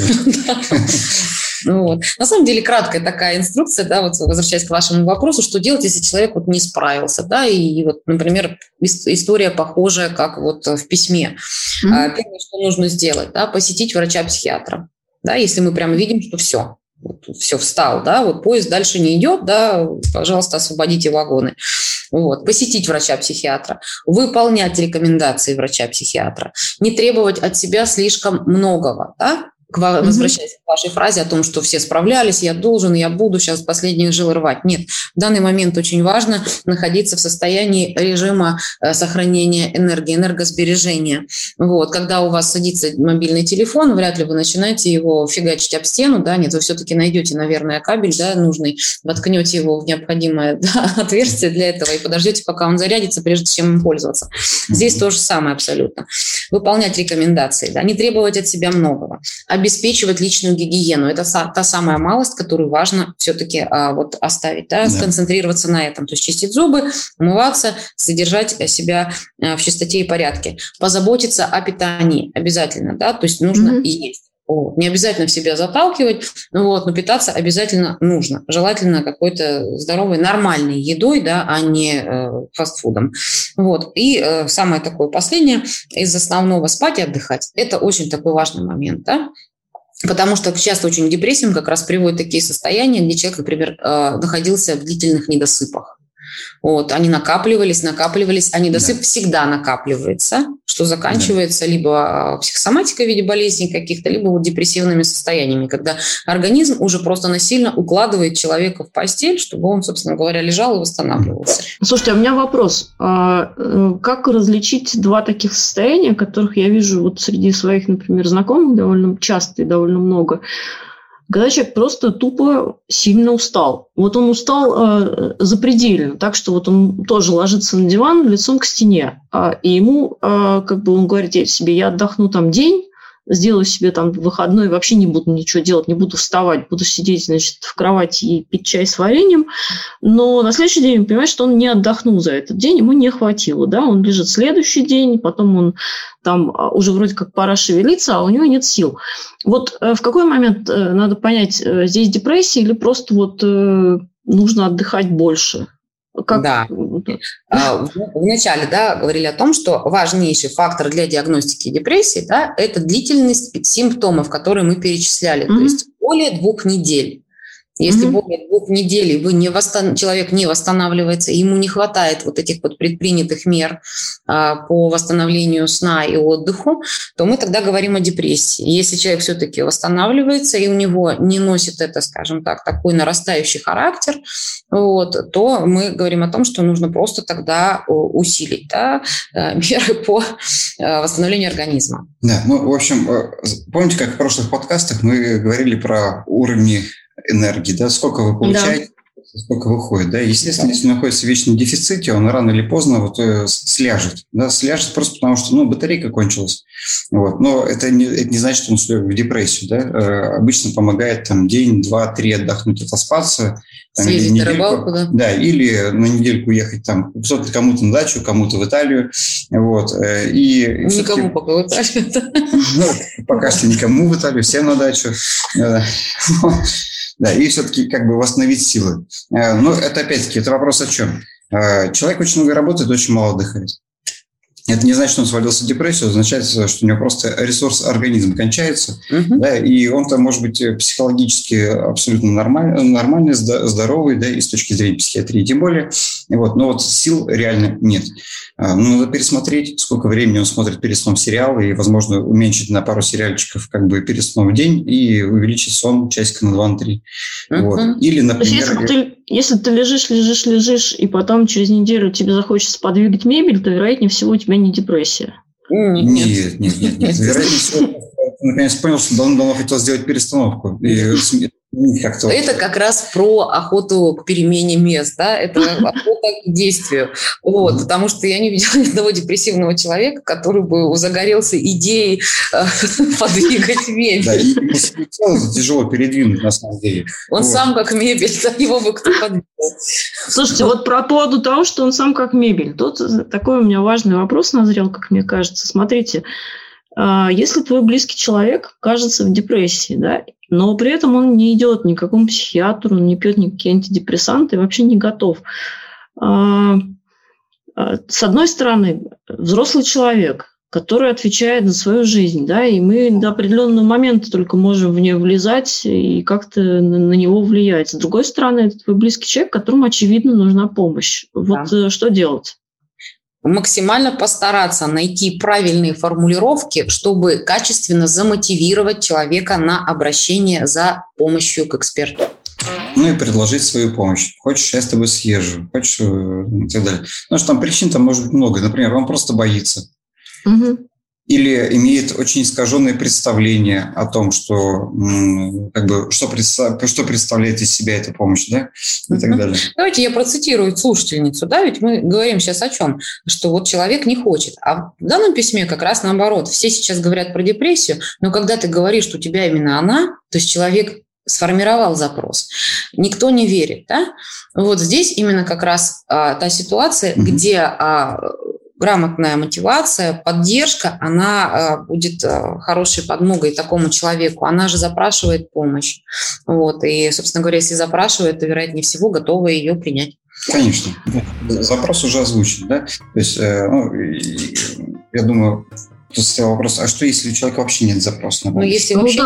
На самом деле, краткая такая инструкция, да, возвращаясь к вашему вопросу, что делать, если человек не справился, да, и например, история похожая, как в письме. Первое, что нужно сделать, да, посетить врача-психиатра, да, если мы прямо видим, что все встал, да, поезд дальше не идет, да, пожалуйста, освободите вагоны. Посетить врача-психиатра, выполнять рекомендации врача-психиатра, не требовать от себя слишком многого, да? Возвращаясь к вашей фразе о том, что все справлялись, я должен, я буду сейчас последние жилы рвать. Нет, в данный момент очень важно находиться в состоянии режима сохранения энергии, энергосбережения. Когда у вас садится мобильный телефон, вряд ли вы начинаете его фигачить об стену, да, нет, вы все-таки найдете, наверное, кабель, да, нужный, воткнете его в необходимое отверстие для этого и подождете, пока он зарядится, прежде чем им пользоваться. Здесь то же самое абсолютно. Выполнять рекомендации, да, не требовать от себя многого. Обеспечивать личную гигиену. Это та самая малость, которую важно все-таки оставить, да, сконцентрироваться на этом. То есть чистить зубы, умываться, содержать себя в чистоте и порядке. Позаботиться о питании обязательно, да, то есть нужно есть. Не обязательно в себя заталкивать, но питаться обязательно нужно. Желательно какой-то здоровой, нормальной едой, да, а не фастфудом. И самое такое последнее, из основного спать и отдыхать. Это очень такой важный момент, да. Потому что часто очень к депрессиям как раз приводят такие состояния, где человек, например, находился в длительных недосыпах. Вот, они накапливались, а недосып всегда накапливается, что заканчивается либо психосоматикой в виде болезней каких-то, либо вот депрессивными состояниями, когда организм уже просто насильно укладывает человека в постель, чтобы он, собственно говоря, лежал и восстанавливался. Слушайте, а у меня вопрос. Как различить два таких состояния, которых я вижу вот среди своих, например, знакомых довольно часто и довольно много? Когда человек просто тупо сильно устал. Вот он устал запредельно, так что вот он тоже ложится на диван лицом к стене. И ему, как бы он говорит себе, я отдохну там день, сделаю себе там выходной, вообще не буду ничего делать, не буду вставать, буду сидеть, значит, в кровати и пить чай с вареньем. Но на следующий день он понимает, что он не отдохнул за этот день, ему не хватило. Да? Он лежит следующий день, потом он там уже вроде как пора шевелиться, а у него нет сил. Вот в какой момент надо понять, здесь депрессия или просто вот нужно отдыхать больше? Как? Да. Вначале говорили о том, что важнейший фактор для диагностики депрессии это длительность симптомов, которые мы перечисляли, то есть более 2 недель. Если более 2 недель человек не восстанавливается, ему не хватает вот этих вот предпринятых мер по восстановлению сна и отдыху, то мы тогда говорим о депрессии. Если человек все-таки восстанавливается и у него не носит это, скажем так, такой нарастающий характер, то мы говорим о том, что нужно просто тогда усилить меры по восстановлению организма. Да, в общем, помните, как в прошлых подкастах мы говорили про уровни энергии, сколько вы получаете, сколько выходит. Естественно, если находится в вечном дефиците, он рано или поздно сляжет. Сляжет просто потому, что батарейка кончилась. Но это не значит, что он слег в депрессию. Обычно помогает день, 2, 3 отдохнуть, отоспаться. Съездить на рыбалку, или на недельку уехать кому-то на дачу, кому-то в Италию. И никому пока в Италию. Пока что никому в Италию, всем на дачу. И все-таки восстановить силы. Но это опять-таки, это вопрос о чем? Человек очень много работает, очень мало отдыхает. Это не значит, что он свалился в депрессию, означает, что у него просто ресурс организма кончается, и он-то может быть психологически абсолютно нормальный, здоровый, и с точки зрения психиатрии тем более, но сил реально нет. Надо пересмотреть, сколько времени он смотрит перед сном сериал, и, возможно, уменьшить на пару сериальчиков перед сном в день и увеличить сон часика на 2-3. Или, например... Если ты лежишь, и потом через неделю тебе захочется подвигать мебель, то, вероятнее всего, у тебя не депрессия. Нет. Вероятнее всего, ты наконец понял, что давно хотел сделать перестановку. Это как раз про охоту к перемене мест, это охота к действию. Потому что я не видела ни одного депрессивного человека, который бы загорелся идеей подвигать мебель. Это тяжело передвинуть на самом деле. Он сам как мебель, его бы кто подвинул. Слушайте, по поводу того, что он сам как мебель, тут такой у меня важный вопрос назрел, как мне кажется. Смотрите, если твой близкий человек кажется в депрессии, но при этом он не идет ни к какому психиатру, он не пьет никакие антидепрессанты, вообще не готов. С одной стороны, взрослый человек, который отвечает за свою жизнь, и мы до определенного момента только можем в нее влезать и как-то на него влиять. С другой стороны, это твой близкий человек, которому, очевидно, нужна помощь. Что делать? Максимально постараться найти правильные формулировки, чтобы качественно замотивировать человека на обращение за помощью к эксперту. И предложить свою помощь. Хочешь, я с тобой съезжу, хочешь, и так далее. Потому что причин может быть много. Например, он просто боится. Или имеет очень искаженное представление о том, что представляет из себя эта помощь, и так далее. Давайте я процитирую слушательницу, ведь мы говорим сейчас о чем? Что человек не хочет. А в данном письме как раз наоборот. Все сейчас говорят про депрессию, но когда ты говоришь, что у тебя именно она, то есть человек сформировал запрос, никто не верит, здесь именно как раз та ситуация, где грамотная мотивация, поддержка, она будет хорошей подмогой такому человеку. Она же запрашивает помощь. И, собственно говоря, если запрашивает, то, вероятнее всего, готова ее принять. Конечно. Запрос уже озвучен. То есть, я думаю, Тут стоял вопрос, а что, если у человека вообще нет запроса на помощь? Если вообще...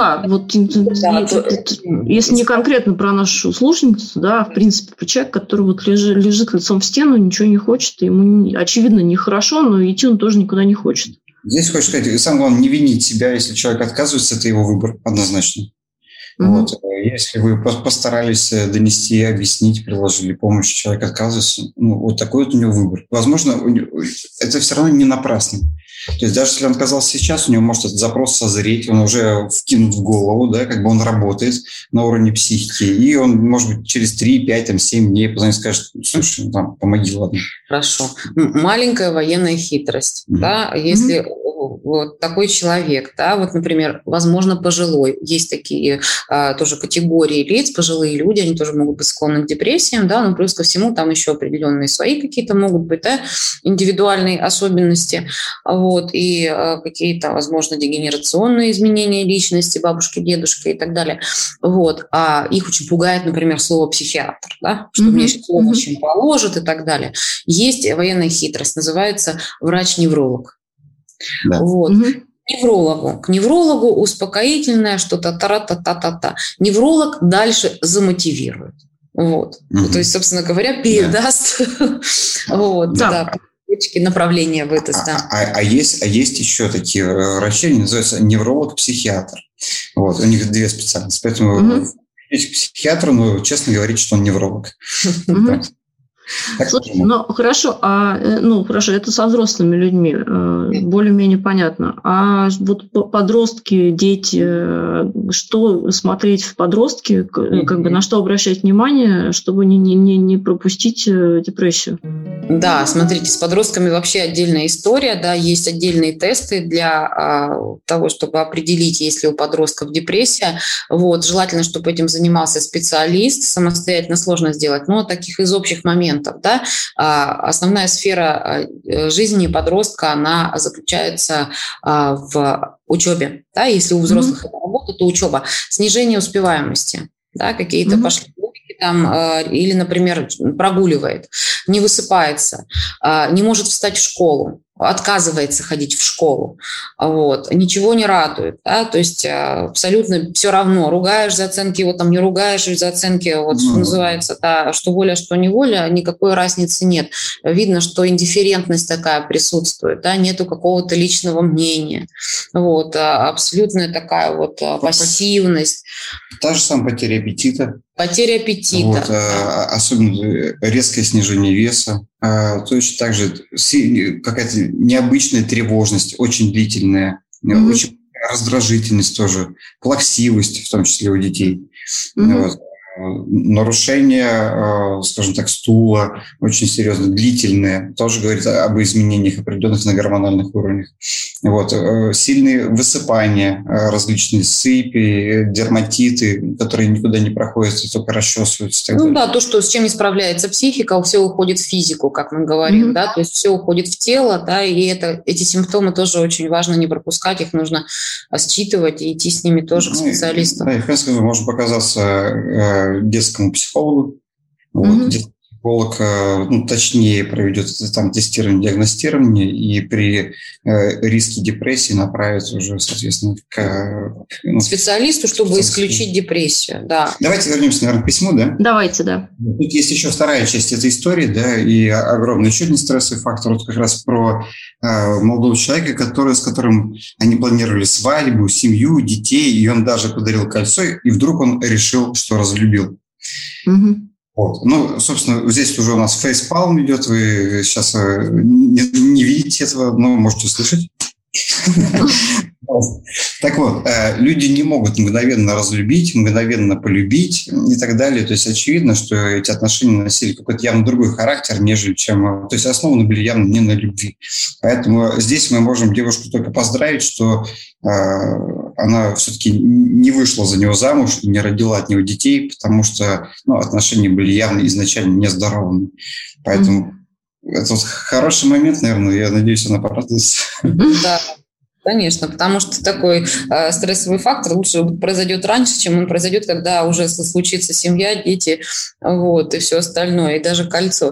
Если не конкретно про нашу слушательницу, да, в принципе, про человека, который вот лежит лицом в стену, ничего не хочет, ему, очевидно, нехорошо, но идти он тоже никуда не хочет. Здесь хочешь сказать, самое главное, не винить себя, если человек отказывается, это его выбор, однозначно. Вот. Если вы постарались донести, объяснить, приложили помощь, человек отказывается, вот такой вот у него выбор. Возможно, это все равно не напрасно. То есть даже если он отказался сейчас, у него может этот запрос созреть, он уже вкинут в голову, да, как бы он работает на уровне психики, и он, может быть, через 3, 5, 7 дней позвонит и скажет: слушай, помоги, ладно. Хорошо. Маленькая военная хитрость, да, если вот такой человек, да, вот, например, возможно, пожилой, есть такие тоже категории лиц, пожилые люди, они тоже могут быть склонны к депрессиям, да, но плюс ко всему там еще определенные свои какие-то могут быть, да, индивидуальные особенности, вот, и какие-то, возможно, дегенерационные изменения личности, бабушки, дедушки и так далее, вот, а их очень пугает, например, слово психиатр, да, что мне сейчас овощем положат и так далее. Есть военная хитрость, называется врач-невролог. Да. Вот. К неврологу успокоительное что-то та-та-та-та-та. Невролог дальше замотивирует. Вот. То есть, собственно говоря, передаст направление выдаст. А есть еще такие врачи, они называются невролог-психиатр. Вот. У них 2 специальности. Поэтому психиатру, но честно говорить, что он невролог. Слушай, хорошо, это со взрослыми людьми, более-менее понятно. А вот подростки, дети, что смотреть в подростке, как бы на что обращать внимание, чтобы не пропустить депрессию? Да, смотрите, с подростками вообще отдельная история, да, есть отдельные тесты для того, чтобы определить, есть ли у подростков депрессия. Вот, желательно, чтобы этим занимался специалист, самостоятельно сложно сделать, но таких из общих моментов. Да, основная сфера жизни подростка, она заключается в учебе. Да, если у взрослых это работа, то учеба. Снижение успеваемости. Да, какие-то пошли там, или, например, прогуливает, не высыпается, не может встать в школу, отказывается ходить в школу, вот, ничего не радует, да, то есть абсолютно все равно, ругаешь за оценки, его там не ругаешь за оценки, вот что называется, да, что воля, что неволя, никакой разницы нет. Видно, что индифферентность такая присутствует, да, нету какого-то личного мнения, вот, абсолютная такая вот пассивность. Та же самая потеря аппетита. Потеря аппетита. Вот, особенно резкое снижение веса. Точно так же какая-то необычная тревожность, очень длительная, очень раздражительность тоже, плаксивость, в том числе у детей. Вот. Нарушение, скажем так, стула очень серьезно, длительное, тоже говорит об изменениях определенных на гормональных уровнях. Вот. Сильные высыпания, различные сыпи, дерматиты, которые никуда не проходят, только расчесываются. Да, то, что с чем не справляется психика, все уходит в физику, как мы говорим, да, то есть все уходит в тело, да, и эти симптомы тоже очень важно не пропускать, их нужно считывать и идти с ними тоже к специалисту. Да, и в принципе можно показаться детскому психологу. Вот, детский психолог точнее проведет там тестирование, диагностирование и при риске депрессии направит уже, соответственно, к специалисту, чтобы исключить депрессию. Да. Давайте вернемся, наверное, к письму, да? Давайте, да. Тут есть еще вторая часть этой истории, да, и огромный еще один стрессовый фактор, вот как раз про молодого человека, с которым они планировали свадьбу, семью, детей, и он даже подарил кольцо, и вдруг он решил, что разлюбил. Вот. Собственно, здесь уже у нас фейспалм идет, вы сейчас не видите этого, но можете слышать. Так вот, люди не могут мгновенно разлюбить, мгновенно полюбить и так далее. То есть очевидно, что эти отношения носили какой-то явно другой характер, нежели чем... То есть основаны были явно не на любви. Поэтому здесь мы можем девушку только поздравить, что она все-таки не вышла за него замуж и не родила от него детей, потому что отношения были явно изначально нездоровыми. Поэтому это вот хороший момент, наверное, я надеюсь, она порадуется. Да. Конечно, потому что такой стрессовый фактор лучше произойдет раньше, чем он произойдет, когда уже случится семья, дети, вот, и все остальное, и даже кольцо.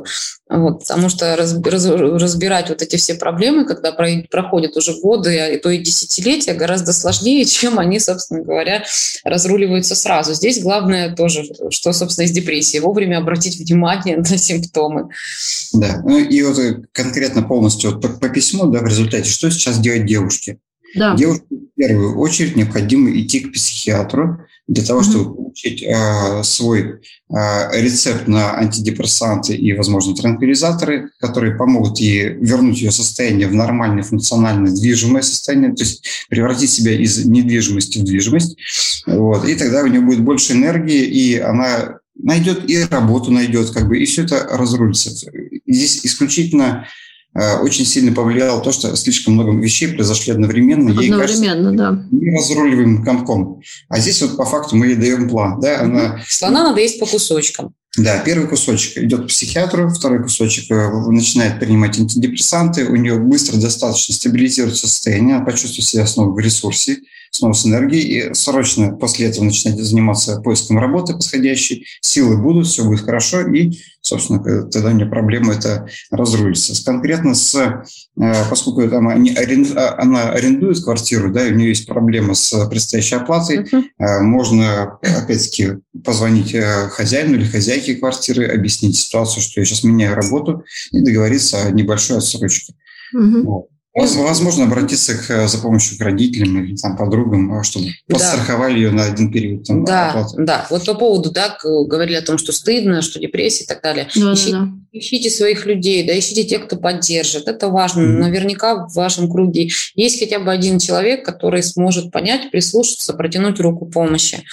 Вот, потому что разбирать вот эти все проблемы, когда проходят уже годы, а то и десятилетия, гораздо сложнее, чем они, собственно говоря, разруливаются сразу. Здесь главное тоже, что, собственно, из депрессии, вовремя обратить внимание на симптомы. Да, ну и вот конкретно полностью вот по письму, да, в результате, что сейчас делать девушке? Да. Девушке в первую очередь необходимо идти к психиатру для того, чтобы получить свой рецепт на антидепрессанты и, возможно, транквилизаторы, которые помогут ей вернуть ее состояние в нормальное, функциональное, движимое состояние, то есть превратить себя из недвижимости в движимость. Вот, и тогда у нее будет больше энергии, и она найдет и работу найдет, и все это разрулится. Здесь исключительно очень сильно повлияло то, что слишком много вещей произошли одновременно. Ей кажется, да. Мы разруливаем комком. А здесь вот по факту мы ей даем план. Да, Слона надо есть по кусочкам. Да, первый кусочек идет к психиатру, второй кусочек начинает принимать антидепрессанты, у нее быстро достаточно стабилизируется состояние, она почувствует себя снова в ресурсе, снова с энергией, и срочно после этого начинать заниматься поиском работы подходящей, силы будут, все будет хорошо, и, собственно, тогда у нее проблема это разрулится. Конкретно поскольку она арендует квартиру, да, и у нее есть проблема с предстоящей оплатой, можно, опять-таки, позвонить хозяину или хозяйке квартиры, объяснить ситуацию, что я сейчас меняю работу, и договориться о небольшой отсрочке. Вот. Возможно, обратиться за помощью к родителям или подругам, чтобы подстраховали ее на один период. Да. Вот по поводу, говорили о том, что стыдно, что депрессия и так далее. Ищите своих людей, ищите тех, кто поддержит. Это важно. Наверняка в вашем круге есть хотя бы один человек, который сможет понять, прислушаться, протянуть руку помощи.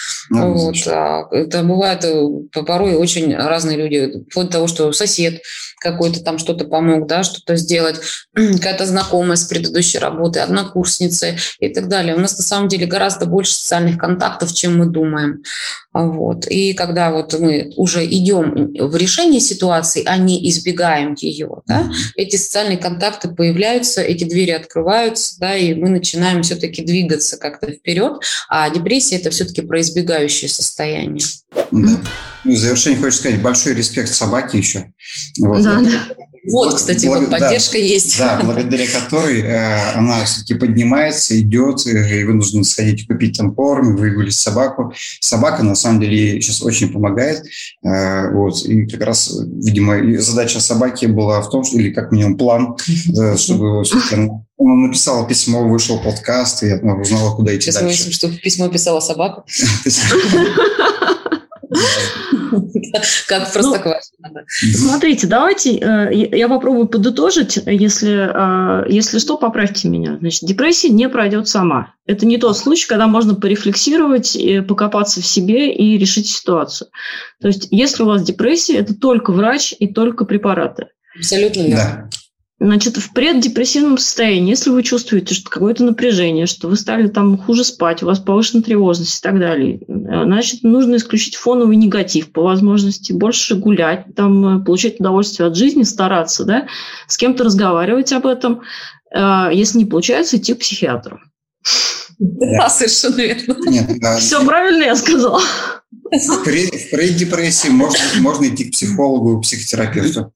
Это бывает порой очень разные люди. Вплоть до того, что сосед какой-то там что-то помог, что-то сделать, какая-то знакомая с предыдущей работы, однокурсницы и так далее. У нас на самом деле гораздо больше социальных контактов, чем мы думаем. И когда мы уже идем в решение ситуации, а не избегаем ее, эти социальные контакты появляются, эти двери открываются, и мы начинаем все-таки двигаться как-то вперед, а депрессия – это все-таки про избегающее состояние. Да. В завершение хочу сказать большой респект собаке еще. Кстати, поддержка есть. Да, благодаря которой она все-таки поднимается, идет, и вы нужно сходить купить корм, выгулить собаку. Собака, на самом деле, сейчас очень помогает. И как раз, видимо, задача собаки была в том, или как минимум план, чтобы она написала письмо, вышел подкаст, и она узнала, куда идти дальше. Сейчас мы что письмо писала собака. Как простоквашино. Смотрите, давайте я попробую подытожить. Если что, поправьте меня. Значит, депрессия не пройдет сама. Это не тот случай, когда можно порефлексировать, покопаться в себе и решить ситуацию. То есть, если у вас депрессия, это только врач и только препараты. Абсолютно верно. Да. Значит, в преддепрессивном состоянии, если вы чувствуете, что какое-то напряжение, что вы стали хуже спать, у вас повышенная тревожность и так далее, значит, нужно исключить фоновый негатив по возможности, больше гулять, получать удовольствие от жизни, стараться, с кем-то разговаривать об этом. Если не получается, идти к психиатру. Да, совершенно верно. Все правильно я сказала. В преддепрессии можно идти к психологу, психотерапевту.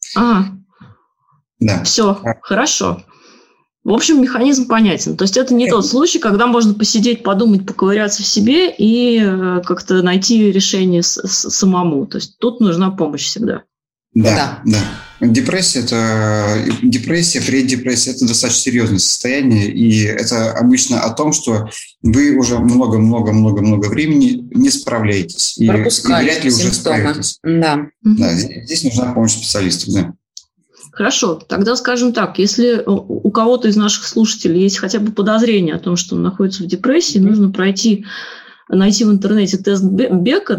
Да. Все, хорошо. В общем, механизм понятен. То есть это не тот случай, когда можно посидеть, подумать, поковыряться в себе и как-то найти решение самому. То есть тут нужна помощь всегда. Да. Депрессия, преддепрессия – это достаточно серьезное состояние, и это обычно о том, что вы уже много-много-много времени не справляетесь. И вряд ли уже справитесь. Да, здесь нужна помощь специалистов, да. Хорошо, тогда скажем так, если у кого-то из наших слушателей есть хотя бы подозрение о том, что он находится в депрессии, нужно найти в интернете тест Бека,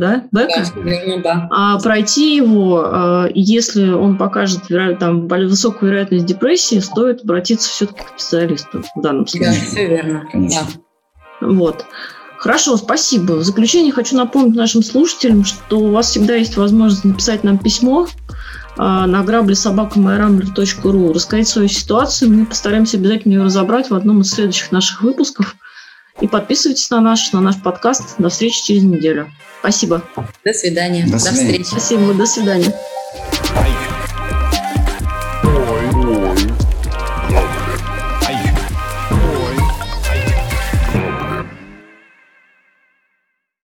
да? Пройти его, если он покажет высокую вероятность депрессии, стоит обратиться все-таки к специалисту в данном случае. Да, все верно. Да. Хорошо, спасибо. В заключение хочу напомнить нашим слушателям, что у вас всегда есть возможность написать нам письмо на грабли@myramblер.ru, рассказать свою ситуацию. Мы постараемся обязательно ее разобрать в одном из следующих наших выпусков. И подписывайтесь на наш подкаст. До встречи через неделю. Спасибо. До свидания. До встречи. Спасибо. До свидания.